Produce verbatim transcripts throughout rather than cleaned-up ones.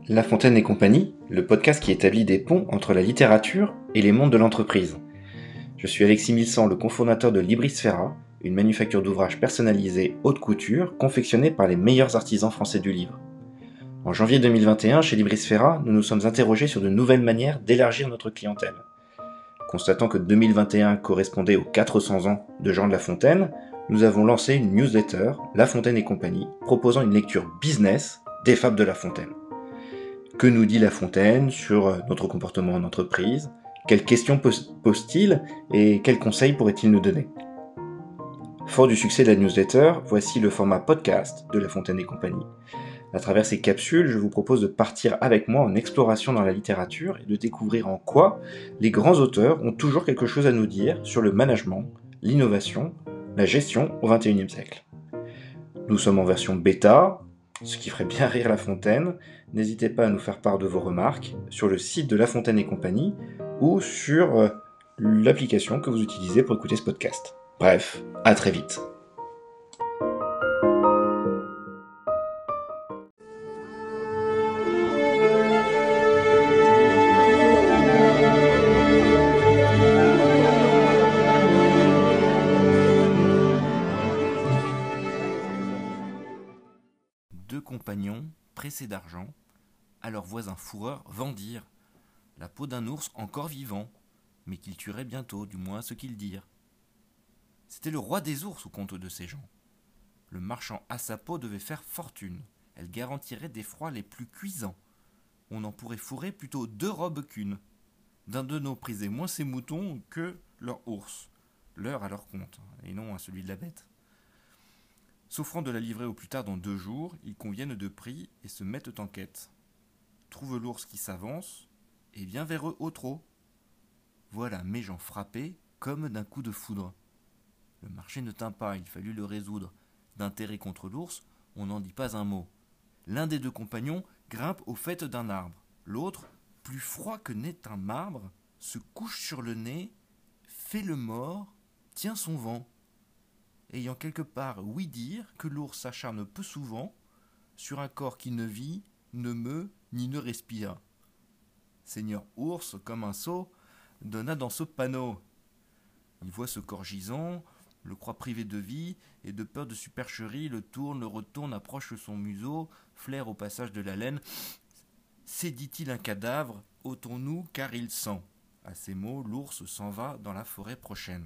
La Fontaine et compagnie, le podcast qui établit des ponts entre la littérature et les mondes de l'entreprise. Je suis Alexis Milsan, le cofondateur de Librisfera, une manufacture d'ouvrages personnalisés haute couture confectionnée par les meilleurs artisans français du livre. En janvier deux mille vingt et un, chez Librisfera, nous nous sommes interrogés sur de nouvelles manières d'élargir notre clientèle. Constatant que deux mille vingt et un correspondait aux quatre cents ans de Jean de La Fontaine, nous avons lancé une newsletter, La Fontaine et compagnie, proposant une lecture business des fables de La Fontaine. Que nous dit La Fontaine sur notre comportement en entreprise? Quelles questions pose-t-il et quels conseils pourrait-il nous donner? Fort du succès de la newsletter, voici le format podcast de La Fontaine et compagnie. À travers ces capsules, je vous propose de partir avec moi en exploration dans la littérature et de découvrir en quoi les grands auteurs ont toujours quelque chose à nous dire sur le management, l'innovation, la gestion au vingt et unième siècle. Nous sommes en version bêta, ce qui ferait bien rire La Fontaine. N'hésitez pas à nous faire part de vos remarques sur le site de La Fontaine et compagnie ou sur euh, l'application que vous utilisez pour écouter ce podcast. Bref, à très vite. Deux compagnons, pressés d'argent, à leurs voisins fourreurs vendirent la peau d'un ours encore vivant, mais qu'ils tueraient bientôt, du moins ce qu'ils dirent. C'était le roi des ours au compte de ces gens. Le marchand à sa peau devait faire fortune. Elle garantirait des froids les plus cuisants. On en pourrait fourrer plutôt deux robes qu'une. D'un de nos prisait moins ses moutons que leur ours, leur à leur compte, et non à celui de la bête. S'offrant de la livrer au plus tard dans deux jours, ils conviennent de prix et se mettent en quête. Trouvent l'ours qui s'avance et vient vers eux au trot. Voilà Méjean frappé comme d'un coup de foudre. Le marché ne tint pas, il fallut le résoudre. D'intérêt contre l'ours, on n'en dit pas un mot. L'un des deux compagnons grimpe au faîte d'un arbre. L'autre, plus froid que n'est un marbre, se couche sur le nez, fait le mort, tient son vent. Ayant quelque part ouï dire que l'ours s'acharne peu souvent sur un corps qui ne vit, ne meut, ni ne respire. Seigneur ours, comme un sot, donna dans ce panneau. Il voit ce corps gisant, le croit privé de vie, et de peur de supercherie, le tourne, le retourne, approche son museau, flaire au passage de la laine. C'est, dit-il, un cadavre, ôtons-nous, car il sent. À ces mots, l'ours s'en va dans la forêt prochaine.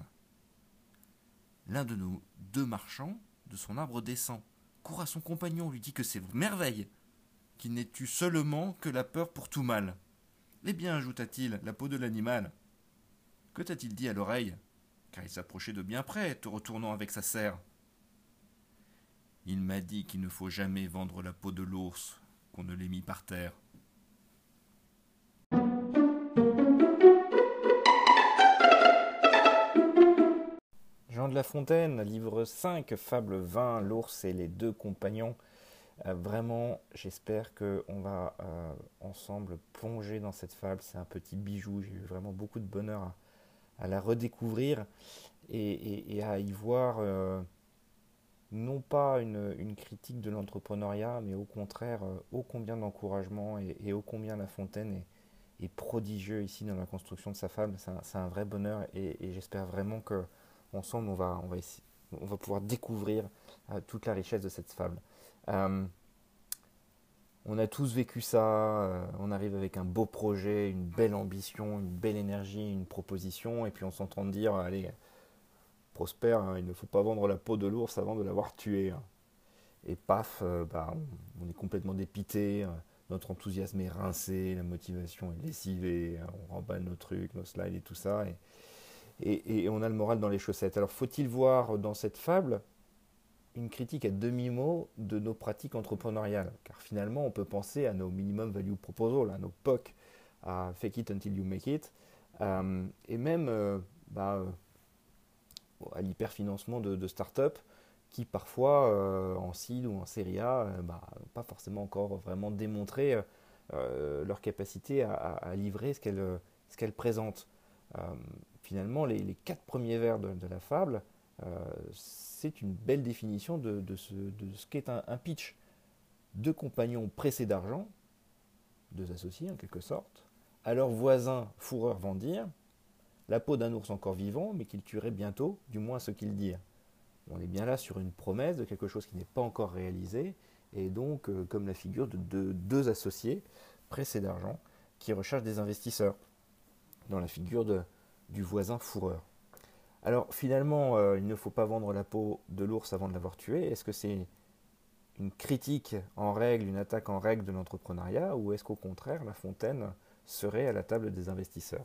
L'un de nos deux marchands de son arbre descend, court à son compagnon, lui dit que c'est merveille, qu'il n'ait eu seulement que la peur pour tout mal. Eh bien, ajouta-t-il, la peau de l'animal. Que t'a-t-il dit à l'oreille? Car il s'approchait de bien près, te retournant avec sa serre. Il m'a dit qu'il ne faut jamais vendre la peau de l'ours, qu'on ne l'ait mis par terre. Jean de La Fontaine, livre cinq, fable vingt, l'ours et les deux compagnons. Euh, vraiment, j'espère qu'on va euh, ensemble plonger dans cette fable. C'est un petit bijou, j'ai eu vraiment beaucoup de bonheur à, à la redécouvrir et, et, et à y voir euh, non pas une, une critique de l'entrepreneuriat, mais au contraire, euh, ô combien d'encouragement et, et ô combien La Fontaine est, est prodigieux ici dans la construction de sa fable. C'est un, c'est un vrai bonheur et, et j'espère vraiment que ensemble on va, on va, essayer, on va pouvoir découvrir euh, toute la richesse de cette fable. Euh, on a tous vécu ça, euh, on arrive avec un beau projet, une belle ambition, une belle énergie, une proposition, et puis on s'entend dire, allez, Prosper, hein, il ne faut pas vendre la peau de l'ours avant de l'avoir tué. Hein. Et paf, euh, bah, on, on est complètement dépité, euh, notre enthousiasme est rincé, la motivation est lessivée, hein, on remballe nos trucs, nos slides et tout ça, et, et, et on a le moral dans les chaussettes. Alors faut-il voir dans cette fable une critique à demi-mot de nos pratiques entrepreneuriales? Car finalement, on peut penser à nos minimum value proposals, à nos P O C, à fake it until you make it, euh, et même euh, bah, à l'hyperfinancement de, de start-up qui parfois, euh, en seed ou en série A, euh, bah, pas forcément encore vraiment démontré euh, leur capacité à, à, à livrer ce qu'elles ce qu'elles présentent. Euh, finalement, les, les quatre premiers vers de, de la fable, euh, c'est une belle définition de, de ce, de ce qu'est un, un pitch. Deux compagnons pressés d'argent deux associés en quelque sorte, à leur voisin fourreur vont dire la peau d'un ours encore vivant, mais qu'il tuerait bientôt, du moins ce qu'ils dirent. On est bien là sur une promesse de quelque chose qui n'est pas encore réalisé, et donc euh, comme la figure de, de deux associés pressés d'argent qui recherchent des investisseurs, dans la figure de, du voisin fourreur. Alors finalement, euh, il ne faut pas vendre la peau de l'ours avant de l'avoir tué. Est-ce que c'est une critique en règle, une attaque en règle de l'entrepreneuriat, ou est-ce qu'au contraire, La Fontaine serait à la table des investisseurs?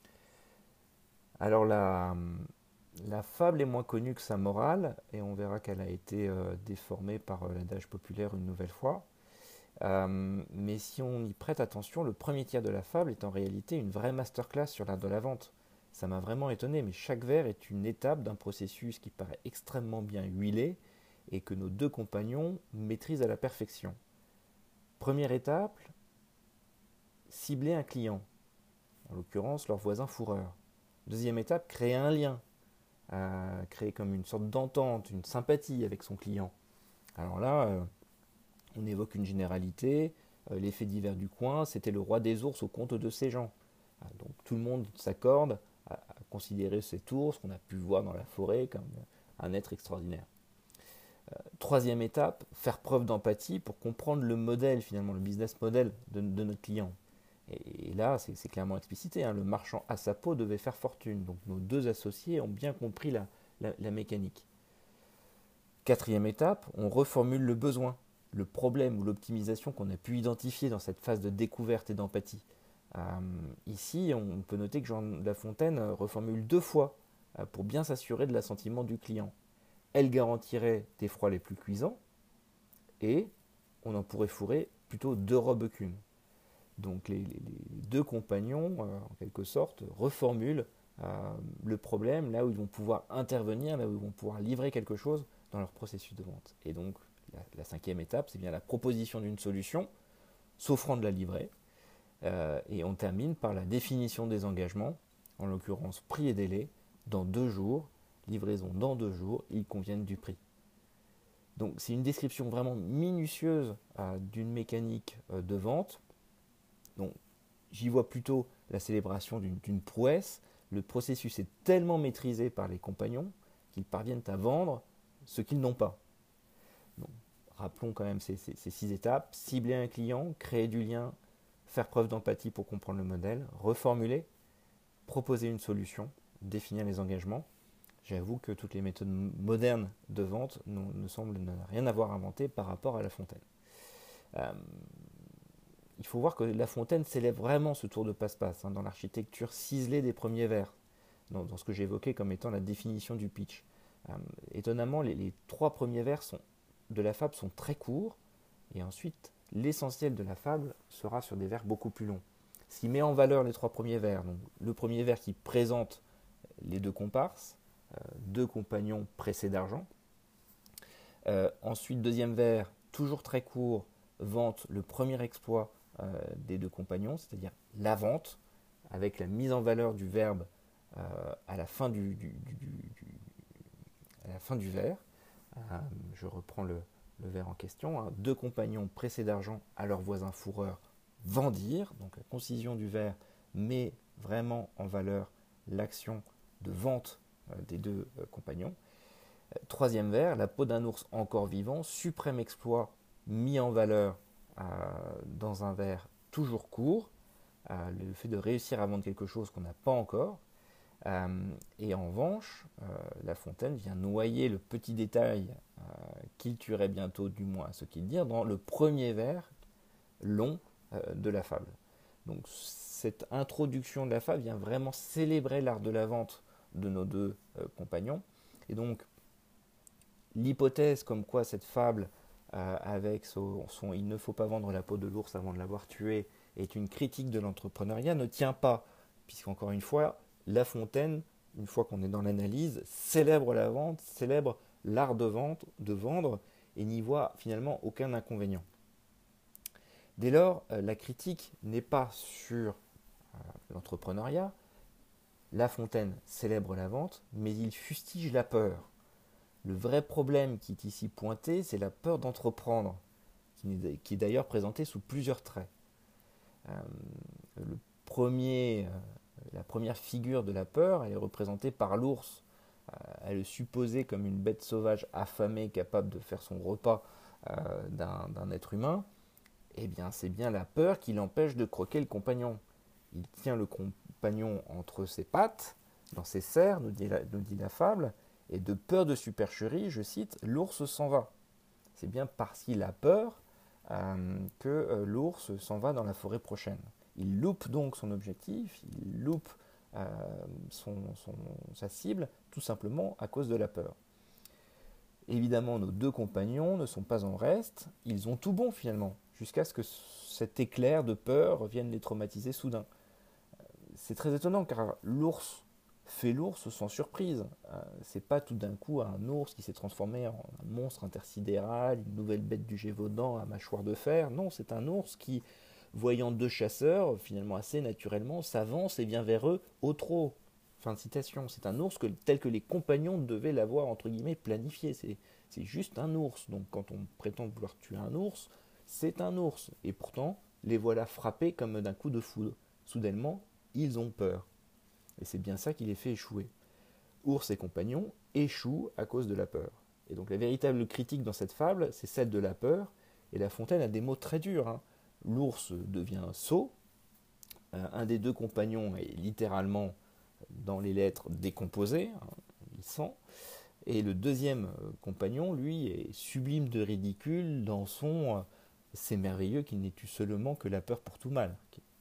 Alors la, la fable est moins connue que sa morale, et on verra qu'elle a été euh, déformée par euh, l'adage populaire une nouvelle fois. Euh, mais si on y prête attention, le premier tiers de la fable est en réalité une vraie masterclass sur l'art de la vente. Ça m'a vraiment étonné, mais chaque vers est une étape d'un processus qui paraît extrêmement bien huilé et que nos deux compagnons maîtrisent à la perfection. Première étape, cibler un client, en l'occurrence leur voisin fourreur. Deuxième étape, créer un lien, euh, créer comme une sorte d'entente, une sympathie avec son client. Alors là, euh, on évoque une généralité, euh, les faits divers du coin, c'était le roi des ours au compte de ces gens. Ah, donc tout le monde s'accorde à, à considérer cet ours qu'on a pu voir dans la forêt comme un être extraordinaire. Euh, troisième étape, faire preuve d'empathie pour comprendre le modèle finalement, le business model de, de notre client. Et, et là, c'est, c'est clairement explicité, hein, le marchand à sa peau devait faire fortune. Donc nos deux associés ont bien compris la, la, la mécanique. Quatrième étape, on reformule le besoin, le problème ou l'optimisation qu'on a pu identifier dans cette phase de découverte et d'empathie. Euh, ici, on peut noter que Jean de La Fontaine reformule deux fois euh, pour bien s'assurer de l'assentiment du client. Elle garantirait des froids les plus cuisants et on en pourrait fourrer plutôt deux robes qu'une. Donc les, les, les deux compagnons, euh, en quelque sorte, reformulent euh, le problème là où ils vont pouvoir intervenir, là où ils vont pouvoir livrer quelque chose dans leur processus de vente. Et donc la, la cinquième étape, c'est bien la proposition d'une solution, s'offrant de la livrer. Euh, et on termine par la définition des engagements, en l'occurrence prix et délai, dans deux jours, livraison dans deux jours, ils conviennent du prix. Donc c'est une description vraiment minutieuse euh, d'une mécanique euh, de vente. Donc j'y vois plutôt la célébration d'une, d'une prouesse. Le processus est tellement maîtrisé par les compagnons qu'ils parviennent à vendre ce qu'ils n'ont pas. Donc, rappelons quand même ces, ces, ces six étapes. Cibler un client, créer du lien, faire preuve d'empathie pour comprendre le modèle, reformuler, proposer une solution, définir les engagements. J'avoue que toutes les méthodes modernes de vente ne, ne semblent ne rien avoir inventé par rapport à La Fontaine. Euh, il faut voir que La Fontaine célèbre vraiment ce tour de passe-passe hein, dans l'architecture ciselée des premiers vers, dans, dans ce que j'évoquais comme étant la définition du pitch. Euh, étonnamment, les, les trois premiers vers sont, de la fable sont très courts, et ensuite, l'essentiel de la fable sera sur des vers beaucoup plus longs. Ce qui met en valeur les trois premiers vers, donc le premier vers qui présente les deux comparses, euh, deux compagnons pressés d'argent. Euh, ensuite, deuxième vers, toujours très court, vante le premier exploit euh, des deux compagnons, c'est-à-dire la vente, avec la mise en valeur du verbe euh, à la fin du, du, du, du, à la fin du vers. Euh, je reprends le, le vers en question. Hein. Deux compagnons pressés d'argent à leur voisin fourreur vendirent, donc la concision du vers met vraiment en valeur l'action de vente euh, des deux euh, compagnons. Euh, troisième vers, la peau d'un ours encore vivant, suprême exploit mis en valeur euh, dans un vers toujours court, euh, le fait de réussir à vendre quelque chose qu'on n'a pas encore. Euh, et en revanche, euh, La Fontaine vient noyer le petit détail euh, qu'il tuerait bientôt, du moins à ce qu'il dit, dans le premier vers long euh, de la fable. Donc cette introduction de la fable vient vraiment célébrer l'art de la vente de nos deux euh, compagnons. Et donc l'hypothèse comme quoi cette fable, euh, avec son, son « il ne faut pas vendre la peau de l'ours avant de l'avoir tué » est une critique de l'entrepreneuriat ne tient pas, puisqu'encore une fois, La Fontaine, une fois qu'on est dans l'analyse, célèbre la vente, célèbre l'art de vente, de vendre, et n'y voit finalement aucun inconvénient. Dès lors, euh, la critique n'est pas sur euh, l'entrepreneuriat. La Fontaine célèbre la vente, mais il fustige la peur. Le vrai problème qui est ici pointé, c'est la peur d'entreprendre, qui est d'ailleurs présentée sous plusieurs traits. Euh, le premier, euh, la première figure de la peur, elle est représentée par l'ours. Euh, elle est supposée comme une bête sauvage affamée, capable de faire son repas euh, d'un, d'un être humain. Eh bien, c'est bien la peur qui l'empêche de croquer le compagnon. Il tient le compagnon entre ses pattes, dans ses serres, nous dit la, nous dit la fable, et de peur de supercherie, je cite, l'ours s'en va. C'est bien parce qu'il a peur euh, que euh, l'ours s'en va dans la forêt prochaine. Il loupe donc son objectif, il loupe euh, son, son, sa cible, tout simplement à cause de la peur. Évidemment, nos deux compagnons ne sont pas en reste, ils ont tout bon finalement, jusqu'à ce que cet éclair de peur vienne les traumatiser soudain. C'est très étonnant car l'ours fait l'ours sans surprise. Euh, c'est pas tout d'un coup un ours qui s'est transformé en un monstre intersidéral, une nouvelle bête du Gévaudan à mâchoire de fer. Non, c'est un ours qui, voyant deux chasseurs, finalement assez naturellement, s'avance et vient vers eux au trot. Fin de citation. C'est un ours que, tel que les compagnons devaient l'avoir, entre guillemets, planifié. C'est, c'est juste un ours. Donc quand on prétend vouloir tuer un ours, c'est un ours. Et pourtant, les voilà frappés comme d'un coup de foudre. Soudainement, ils ont peur. Et c'est bien ça qui les fait échouer. Ours et compagnons échouent à cause de la peur. Et donc la véritable critique dans cette fable, c'est celle de la peur. Et La Fontaine a des mots très durs. Hein. L'ours devient sot. Euh, un des deux compagnons est littéralement, dans les lettres, décomposé. Hein, il sent. Et le deuxième compagnon, lui, est sublime de ridicule dans son euh, « c'est merveilleux qu'il n'ait eu seulement que la peur pour tout mal ».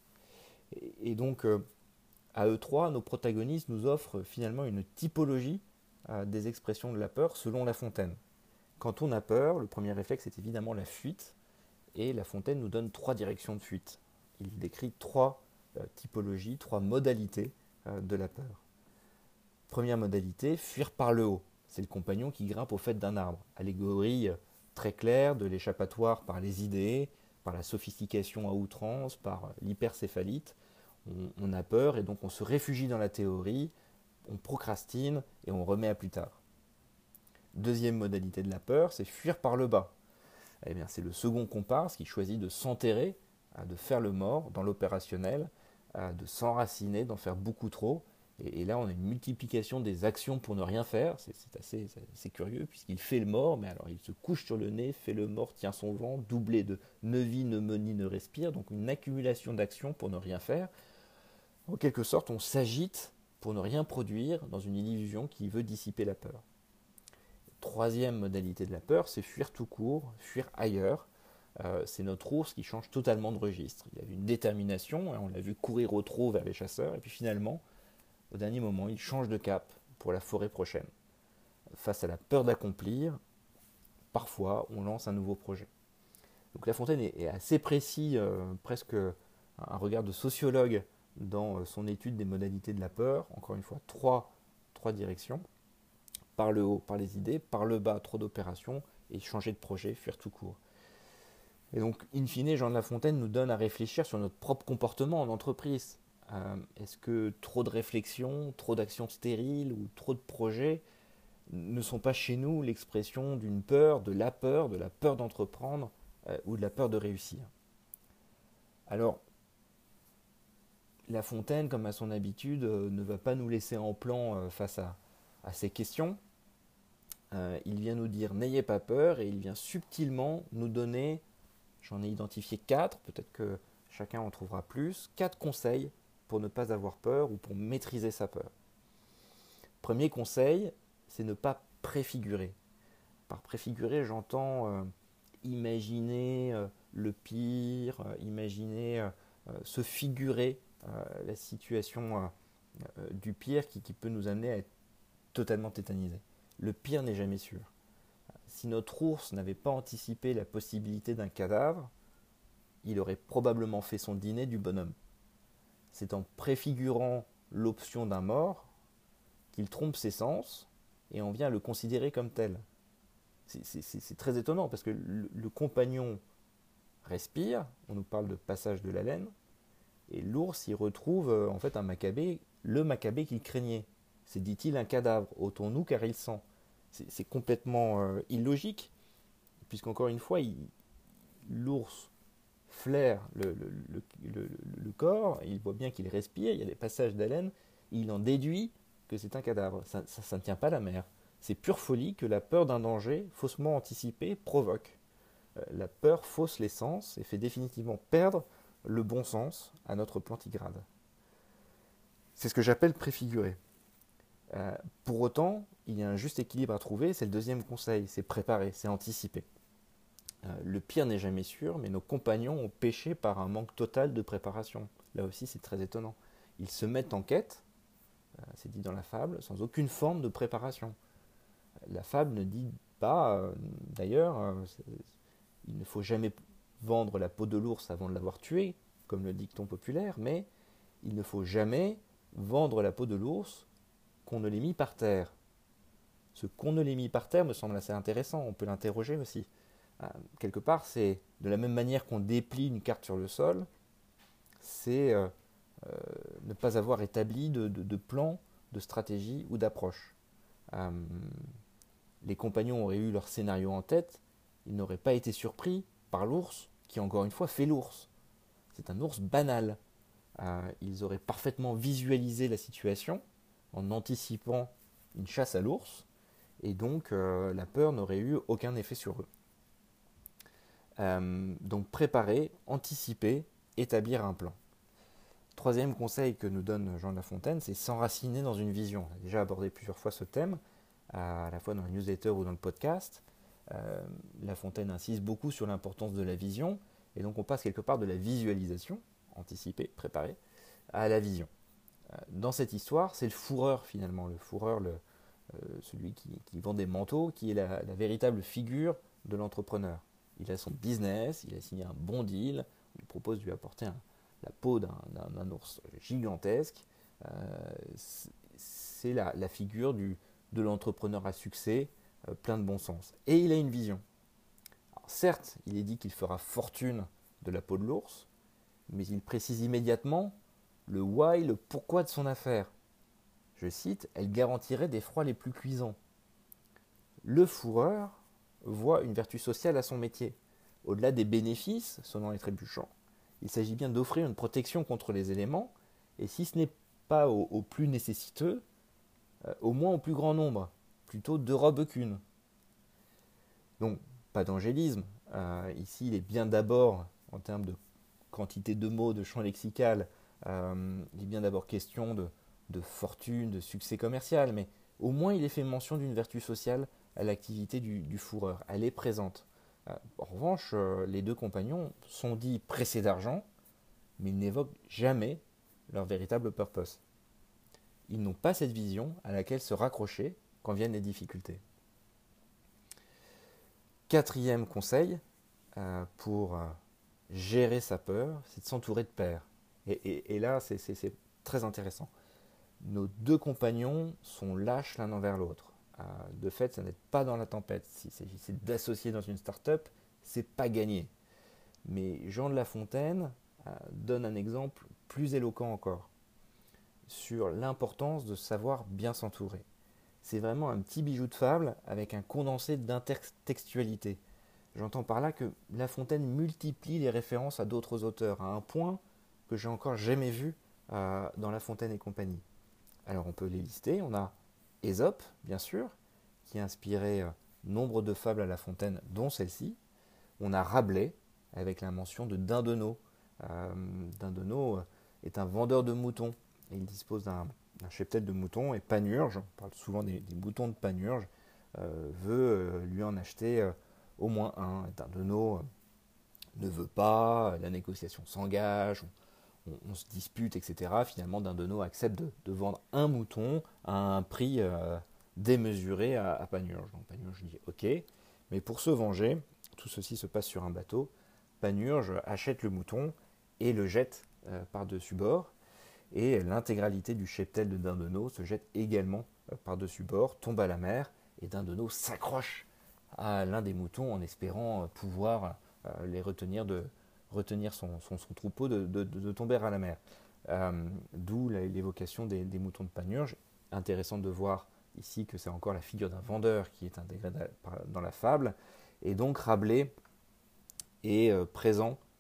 Et, et donc... Euh, À eux trois, nos protagonistes nous offrent finalement une typologie euh, des expressions de la peur selon La Fontaine. Quand on a peur, le premier réflexe est évidemment la fuite, et La Fontaine nous donne trois directions de fuite. Il décrit trois euh, typologies, trois modalités euh, de la peur. Première modalité, fuir par le haut. C'est le compagnon qui grimpe au faîte d'un arbre. Allégorie euh, très claire de l'échappatoire par les idées, par la sophistication à outrance, par l'hypercéphalite. On, on a peur et donc on se réfugie dans la théorie, on procrastine et on remet à plus tard. Deuxième modalité de la peur, c'est fuir par le bas. Eh bien, c'est le second comparse qui choisit de s'enterrer, de faire le mort dans l'opérationnel, de s'enraciner, d'en faire beaucoup trop. Et, et là, on a une multiplication des actions pour ne rien faire. C'est, c'est assez, c'est assez curieux puisqu'il fait le mort, mais alors il se couche sur le nez, fait le mort, tient son vent, doublé de ne vit, ne me ni ne respire. Donc une accumulation d'actions pour ne rien faire. En quelque sorte, on s'agite pour ne rien produire dans une illusion qui veut dissiper la peur. Troisième modalité de la peur, c'est fuir tout court, fuir ailleurs. Euh, c'est notre ours qui change totalement de registre. Il a une détermination, hein, on l'a vu courir au trot vers les chasseurs, et puis finalement, au dernier moment, il change de cap pour la forêt prochaine. Face à la peur d'accomplir, parfois, on lance un nouveau projet. Donc La Fontaine est, est assez précis, euh, presque un regard de sociologue, dans son étude des modalités de la peur. Encore une fois, trois, trois directions. Par le haut, par les idées. Par le bas, trop d'opérations. Et changer de projet, fuir tout court. Et donc, in fine, Jean de La Fontaine nous donne à réfléchir sur notre propre comportement en entreprise. Euh, est-ce que trop de réflexions, trop d'actions stériles ou trop de projets ne sont pas chez nous l'expression d'une peur, de la peur, de la peur d'entreprendre euh, ou de la peur de réussir? Alors, La Fontaine, comme à son habitude, euh, ne va pas nous laisser en plan euh, face à, à ces questions. Euh, il vient nous dire « n'ayez pas peur » et il vient subtilement nous donner, j'en ai identifié quatre, peut-être que chacun en trouvera plus, quatre conseils pour ne pas avoir peur ou pour maîtriser sa peur. Premier conseil, c'est ne pas préfigurer. Par préfigurer, j'entends euh, imaginer euh, le pire, euh, imaginer, euh, se figurer Euh, la situation euh, euh, du pire qui, qui peut nous amener à être totalement tétanisé. Le pire n'est jamais sûr. Si notre ours n'avait pas anticipé la possibilité d'un cadavre, il aurait probablement fait son dîner du bonhomme. C'est en préfigurant l'option d'un mort qu'il trompe ses sens et en vient à le considérer comme tel. C'est, c'est, c'est très étonnant parce que le, le compagnon respire, on nous parle de passage de l'haleine, et l'ours y retrouve euh, en fait un macabée, le macabée qu'il craignait. C'est, dit-il, un cadavre, ôtons-nous car il sent. C'est, c'est complètement euh, illogique, puisqu'encore une fois, il, l'ours flaire le, le, le, le, le corps, il voit bien qu'il respire, il y a des passages d'haleine, il en déduit que c'est un cadavre. Ça, ça, ça ne tient pas la mer. C'est pure folie que la peur d'un danger faussement anticipé provoque. Euh, la peur fausse les sens et fait définitivement perdre le bon sens à notre plantigrade. C'est ce que j'appelle préfigurer. Euh, pour autant, il y a un juste équilibre à trouver, c'est le deuxième conseil, c'est préparer, c'est anticiper. Euh, le pire n'est jamais sûr, mais nos compagnons ont péché par un manque total de préparation. Là aussi, c'est très étonnant. Ils se mettent en quête, euh, c'est dit dans la fable, sans aucune forme de préparation. La fable ne dit pas, euh, d'ailleurs, euh, il ne faut jamais vendre la peau de l'ours avant de l'avoir tué, comme le dicton populaire, mais il ne faut jamais vendre la peau de l'ours qu'on ne l'ait mis par terre. Ce qu'on ne l'ait mis par terre me semble assez intéressant, on peut l'interroger aussi. Euh, quelque part, c'est de la même manière qu'on déplie une carte sur le sol, c'est euh, euh, ne pas avoir établi de, de, de plan, de stratégie ou d'approche. Euh, les compagnons auraient eu leur scénario en tête, ils n'auraient pas été surpris par l'ours, qui encore une fois fait l'ours. C'est un ours banal. Euh, ils auraient parfaitement visualisé la situation en anticipant une chasse à l'ours, et donc euh, la peur n'aurait eu aucun effet sur eux. Euh, donc préparer, anticiper, établir un plan. Troisième conseil que nous donne Jean de La Fontaine, c'est s'enraciner dans une vision. On a déjà abordé plusieurs fois ce thème, à la fois dans la newsletter ou dans le podcast. Euh, La Fontaine insiste beaucoup sur l'importance de la vision, et donc on passe quelque part de la visualisation, anticiper, préparer, à la vision. Euh, dans cette histoire, c'est le fourreur finalement, le fourreur, le, euh, celui qui, qui vend des manteaux, qui est la, la véritable figure de l'entrepreneur. Il a son business, il a signé un bon deal, on lui propose de lui apporter un, la peau d'un, d'un, d'un ours gigantesque. Euh, c'est la, la figure du, de l'entrepreneur à succès, euh, plein de bon sens. Et il a une vision. Alors, certes, il est dit qu'il fera fortune de la peau de l'ours, mais il précise immédiatement le why, le pourquoi de son affaire. Je cite, « Elle garantirait des froids les plus cuisants. » Le fourreur voit une vertu sociale à son métier. Au-delà des bénéfices, sonnant et trébuchants, il s'agit bien d'offrir une protection contre les éléments, et si ce n'est pas aux, aux plus nécessiteux, euh, au moins au plus grand nombre, plutôt deux robes qu'une. Donc, pas d'angélisme. Euh, ici, il est bien d'abord, en termes de quantité de mots, de champ lexical, euh, il est bien d'abord question de, de fortune, de succès commercial, mais au moins il est fait mention d'une vertu sociale à l'activité du, du fourreur. Elle est présente. Euh, en revanche, euh, les deux compagnons sont dits pressés d'argent, mais ils n'évoquent jamais leur véritable purpose. Ils n'ont pas cette vision à laquelle se raccrocher quand viennent les difficultés. Quatrième conseil euh, pour euh, gérer sa peur, c'est de s'entourer de pairs. Et, et, et là, c'est, c'est, c'est très intéressant. Nos deux compagnons sont lâches l'un envers l'autre. Euh, de fait, ça n'est pas dans la tempête. S'il s'agissait d'associer dans une start-up, c'est pas gagné. Mais Jean de La Fontaine euh, donne un exemple plus éloquent encore sur l'importance de savoir bien s'entourer. C'est vraiment un petit bijou de fable avec un condensé d'intertextualité. J'entends par là que La Fontaine multiplie les références à d'autres auteurs, à un point que j'ai encore jamais vu euh, dans La Fontaine et compagnie. Alors on peut les lister. On a Ésope, bien sûr, qui a inspiré euh, nombre de fables à La Fontaine, dont celle-ci. On a Rabelais, avec la mention de Dindonneau. Euh, Dindonneau euh, est un vendeur de moutons. Et il dispose d'un, d'un cheptel de moutons, et Panurge, on parle souvent des, des moutons de Panurge, euh, veut euh, lui en acheter euh, au moins un. Dindonneau euh, ne veut pas, la négociation s'engage, on, on, on se dispute, et cetera. Finalement, Dindonneau accepte de, de vendre un mouton à un prix euh, démesuré à, à Panurge. Donc Panurge dit ok, mais pour se venger, tout ceci se passe sur un bateau. Panurge achète le mouton et le jette euh, par-dessus bord. Et l'intégralité du cheptel de Dindonneau se jette également euh, par-dessus bord, tombe à la mer, et Dindonneau s'accroche à l'un des moutons en espérant euh, pouvoir euh, les retenir, de, retenir son, son, son troupeau de, de, de tomber à la mer. Euh, d'où l'évocation des, des moutons de Panurge. Intéressant de voir ici que c'est encore la figure d'un vendeur qui est intégrée dans la fable. Et donc Rabelais est euh, présent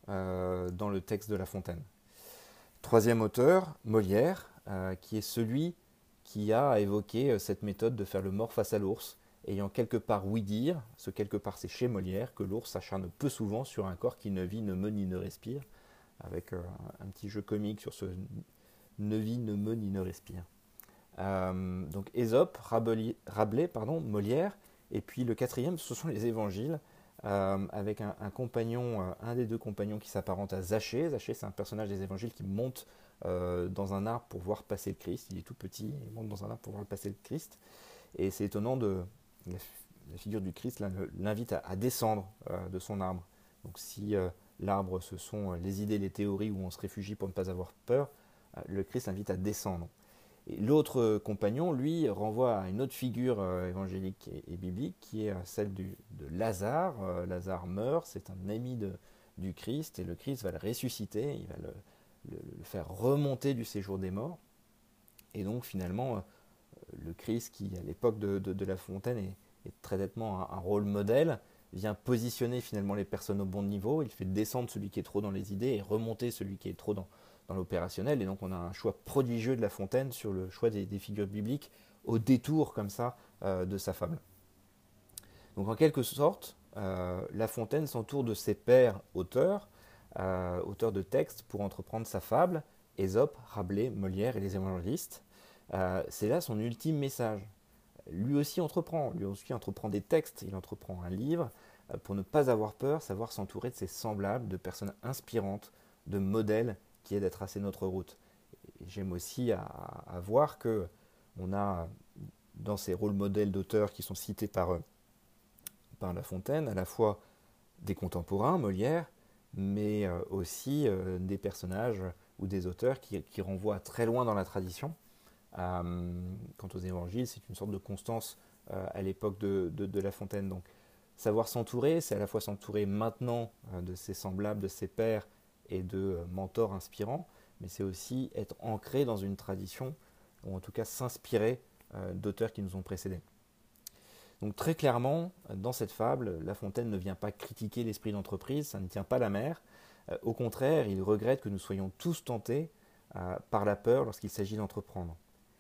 euh, dans le texte de La Fontaine. Troisième auteur, Molière, euh, qui est celui qui a évoqué cette méthode de faire le mort face à l'ours, ayant quelque part ouï dire, ce quelque part c'est chez Molière, que l'ours s'acharne peu souvent sur un corps qui ne vit, ne meut ni ne respire, avec euh, un petit jeu comique sur ce ne vit, ne meut ni ne respire. Euh, donc Ésope, Rabelais, Rabelais pardon, Molière, et puis le quatrième, ce sont les évangiles, euh, avec un, un compagnon, euh, un des deux compagnons qui s'apparente à Zachée. Zachée, c'est un personnage des évangiles qui monte euh, dans un arbre pour voir passer le Christ. Il est tout petit, il monte dans un arbre pour voir passer le Christ. Et c'est étonnant, de la, la figure du Christ là, l'invite à, à descendre euh, de son arbre. Donc si euh, l'arbre, ce sont les idées, les théories où on se réfugie pour ne pas avoir peur, euh, le Christ l'invite à descendre. Et l'autre compagnon, lui, renvoie à une autre figure euh, évangélique et, et biblique, qui est celle du, de Lazare. Euh, Lazare meurt, c'est un ami de, du Christ, et le Christ va le ressusciter, il va le, le, le faire remonter du séjour des morts. Et donc finalement, euh, le Christ, qui à l'époque de, de, de La Fontaine est, est très nettement un, un rôle modèle, vient positionner finalement les personnes au bon niveau, il fait descendre celui qui est trop dans les idées et remonter celui qui est trop dans dans l'opérationnel, et donc on a un choix prodigieux de La Fontaine sur le choix des, des figures bibliques au détour comme ça euh, de sa fable. Donc en quelque sorte, euh, La Fontaine s'entoure de ses pairs auteurs, euh, auteurs de textes pour entreprendre sa fable, Ésope, Rabelais, Molière et les évangélistes. Euh, c'est là son ultime message. Lui aussi entreprend, lui aussi entreprend des textes, il entreprend un livre euh, pour ne pas avoir peur, savoir s'entourer de ses semblables, de personnes inspirantes, de modèles qui aident à tracer notre route. Et j'aime aussi à, à voir que on a dans ces rôles modèles d'auteurs qui sont cités par, par La Fontaine, à la fois des contemporains, Molière, mais euh, aussi euh, des personnages ou des auteurs qui, qui renvoient très loin dans la tradition. Euh, quant aux évangiles, c'est une sorte de constance euh, à l'époque de, de, de La Fontaine. Donc, savoir s'entourer, c'est à la fois s'entourer maintenant euh, de ses semblables, de ses pairs, et de mentors inspirants, mais c'est aussi être ancré dans une tradition, ou en tout cas s'inspirer euh, d'auteurs qui nous ont précédés. Donc très clairement, dans cette fable, La Fontaine ne vient pas critiquer l'esprit d'entreprise, ça ne tient pas la mer. Euh, au contraire, il regrette que nous soyons tous tentés euh, par la peur lorsqu'il s'agit d'entreprendre.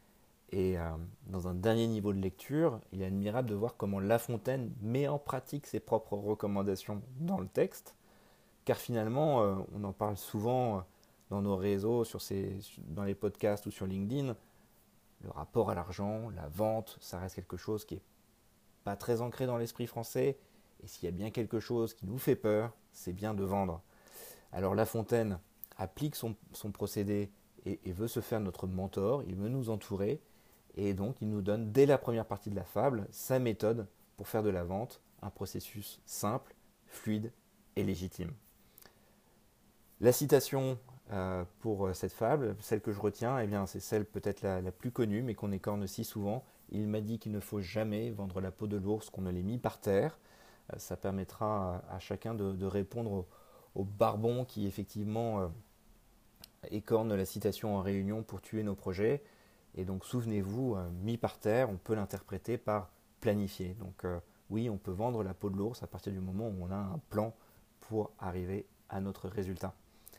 Et euh, dans un dernier niveau de lecture, il est admirable de voir comment La Fontaine met en pratique ses propres recommandations dans le texte, car finalement, euh, on en parle souvent euh, dans nos réseaux, sur ces, dans les podcasts ou sur LinkedIn, le rapport à l'argent, la vente, ça reste quelque chose qui n'est pas très ancré dans l'esprit français, et s'il y a bien quelque chose qui nous fait peur, c'est bien de vendre. Alors La Fontaine applique son, son procédé et, et veut se faire notre mentor, il veut nous entourer, et donc il nous donne dès la première partie de la fable sa méthode pour faire de la vente, un processus simple, fluide et légitime. La citation euh, pour cette fable, celle que je retiens, eh bien, c'est celle peut-être la, la plus connue, mais qu'on écorne si souvent. Il m'a dit qu'il ne faut jamais vendre la peau de l'ours qu'on ne l'ait mis par terre. Euh, ça permettra à, à chacun de, de répondre au, au barbon qui effectivement euh, écorne la citation en réunion pour tuer nos projets. Et donc souvenez-vous, euh, mis par terre, on peut l'interpréter par planifier. Donc euh, oui, on peut vendre la peau de l'ours à partir du moment où on a un plan pour arriver à notre résultat.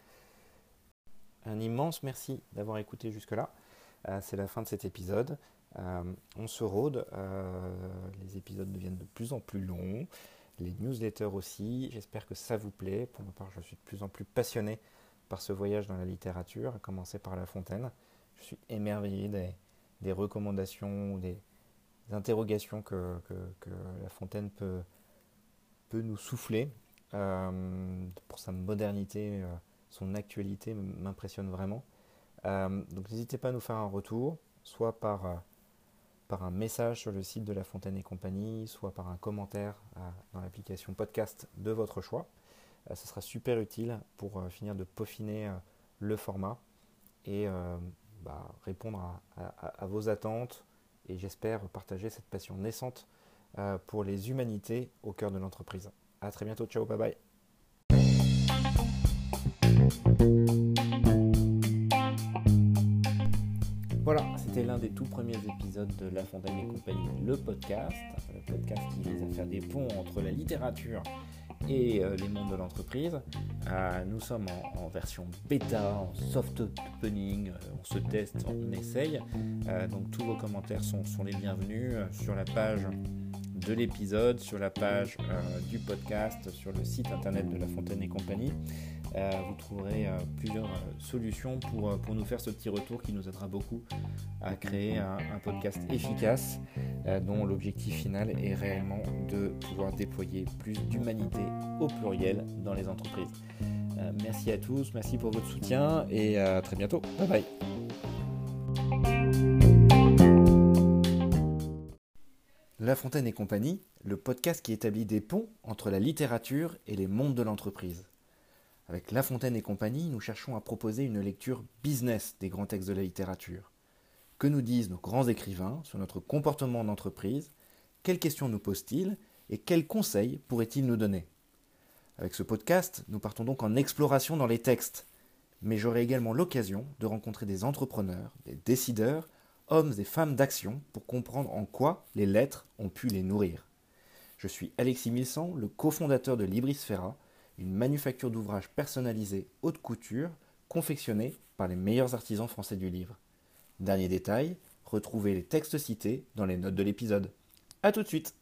Un immense merci d'avoir écouté jusque-là. Euh, c'est la fin de cet épisode. Euh, on se rôde. Euh, les épisodes deviennent de plus en plus longs. Les newsletters aussi. J'espère que ça vous plaît. Pour ma part, je suis de plus en plus passionné par ce voyage dans la littérature, à commencer par La Fontaine. Je suis émerveillé des, des recommandations ou des, des interrogations que, que, que La Fontaine peut, peut nous souffler. Euh, pour sa modernité, euh, son actualité m'impressionne vraiment. Euh, donc n'hésitez pas à nous faire un retour, soit par, euh, par un message sur le site de La Fontaine et compagnie, soit par un commentaire euh, dans l'application podcast de votre choix. Euh, ce sera super utile pour euh, finir de peaufiner euh, le format et euh, bah, répondre à, à, à vos attentes, et j'espère partager cette passion naissante euh, pour les humanités au cœur de l'entreprise. À très bientôt, ciao, bye bye. Voilà, c'était l'un des tout premiers épisodes de La Fontaine et compagnie, le podcast, le podcast qui vise à faire des ponts entre la littérature et euh, les mondes de l'entreprise. Euh, nous sommes en, en version bêta, en soft opening, euh, on se teste, on essaye. Euh, donc tous vos commentaires sont, sont les bienvenus euh, sur la page de l'épisode, sur la page euh, du podcast, sur le site internet de La Fontaine et compagnie. Euh, vous trouverez euh, plusieurs euh, solutions pour, euh, pour nous faire ce petit retour qui nous aidera beaucoup à créer un, un podcast efficace euh, dont l'objectif final est réellement de pouvoir déployer plus d'humanité au pluriel dans les entreprises. Euh, merci à tous, merci pour votre soutien et à très bientôt. Bye bye. La Fontaine et compagnie, le podcast qui établit des ponts entre la littérature et les mondes de l'entreprise. Avec La Fontaine et compagnie, nous cherchons à proposer une lecture business des grands textes de la littérature. Que nous disent nos grands écrivains sur notre comportement en entreprise? Quelles questions nous posent-ils? Et quels conseils pourraient-ils nous donner? Avec ce podcast, nous partons donc en exploration dans les textes. Mais j'aurai également l'occasion de rencontrer des entrepreneurs, des décideurs, hommes et femmes d'action pour comprendre en quoi les lettres ont pu les nourrir. Je suis Alexis Milsan, le cofondateur de Librisfera, une manufacture d'ouvrages personnalisés haute couture, confectionnée par les meilleurs artisans français du livre. Dernier détail, retrouvez les textes cités dans les notes de l'épisode. A tout de suite!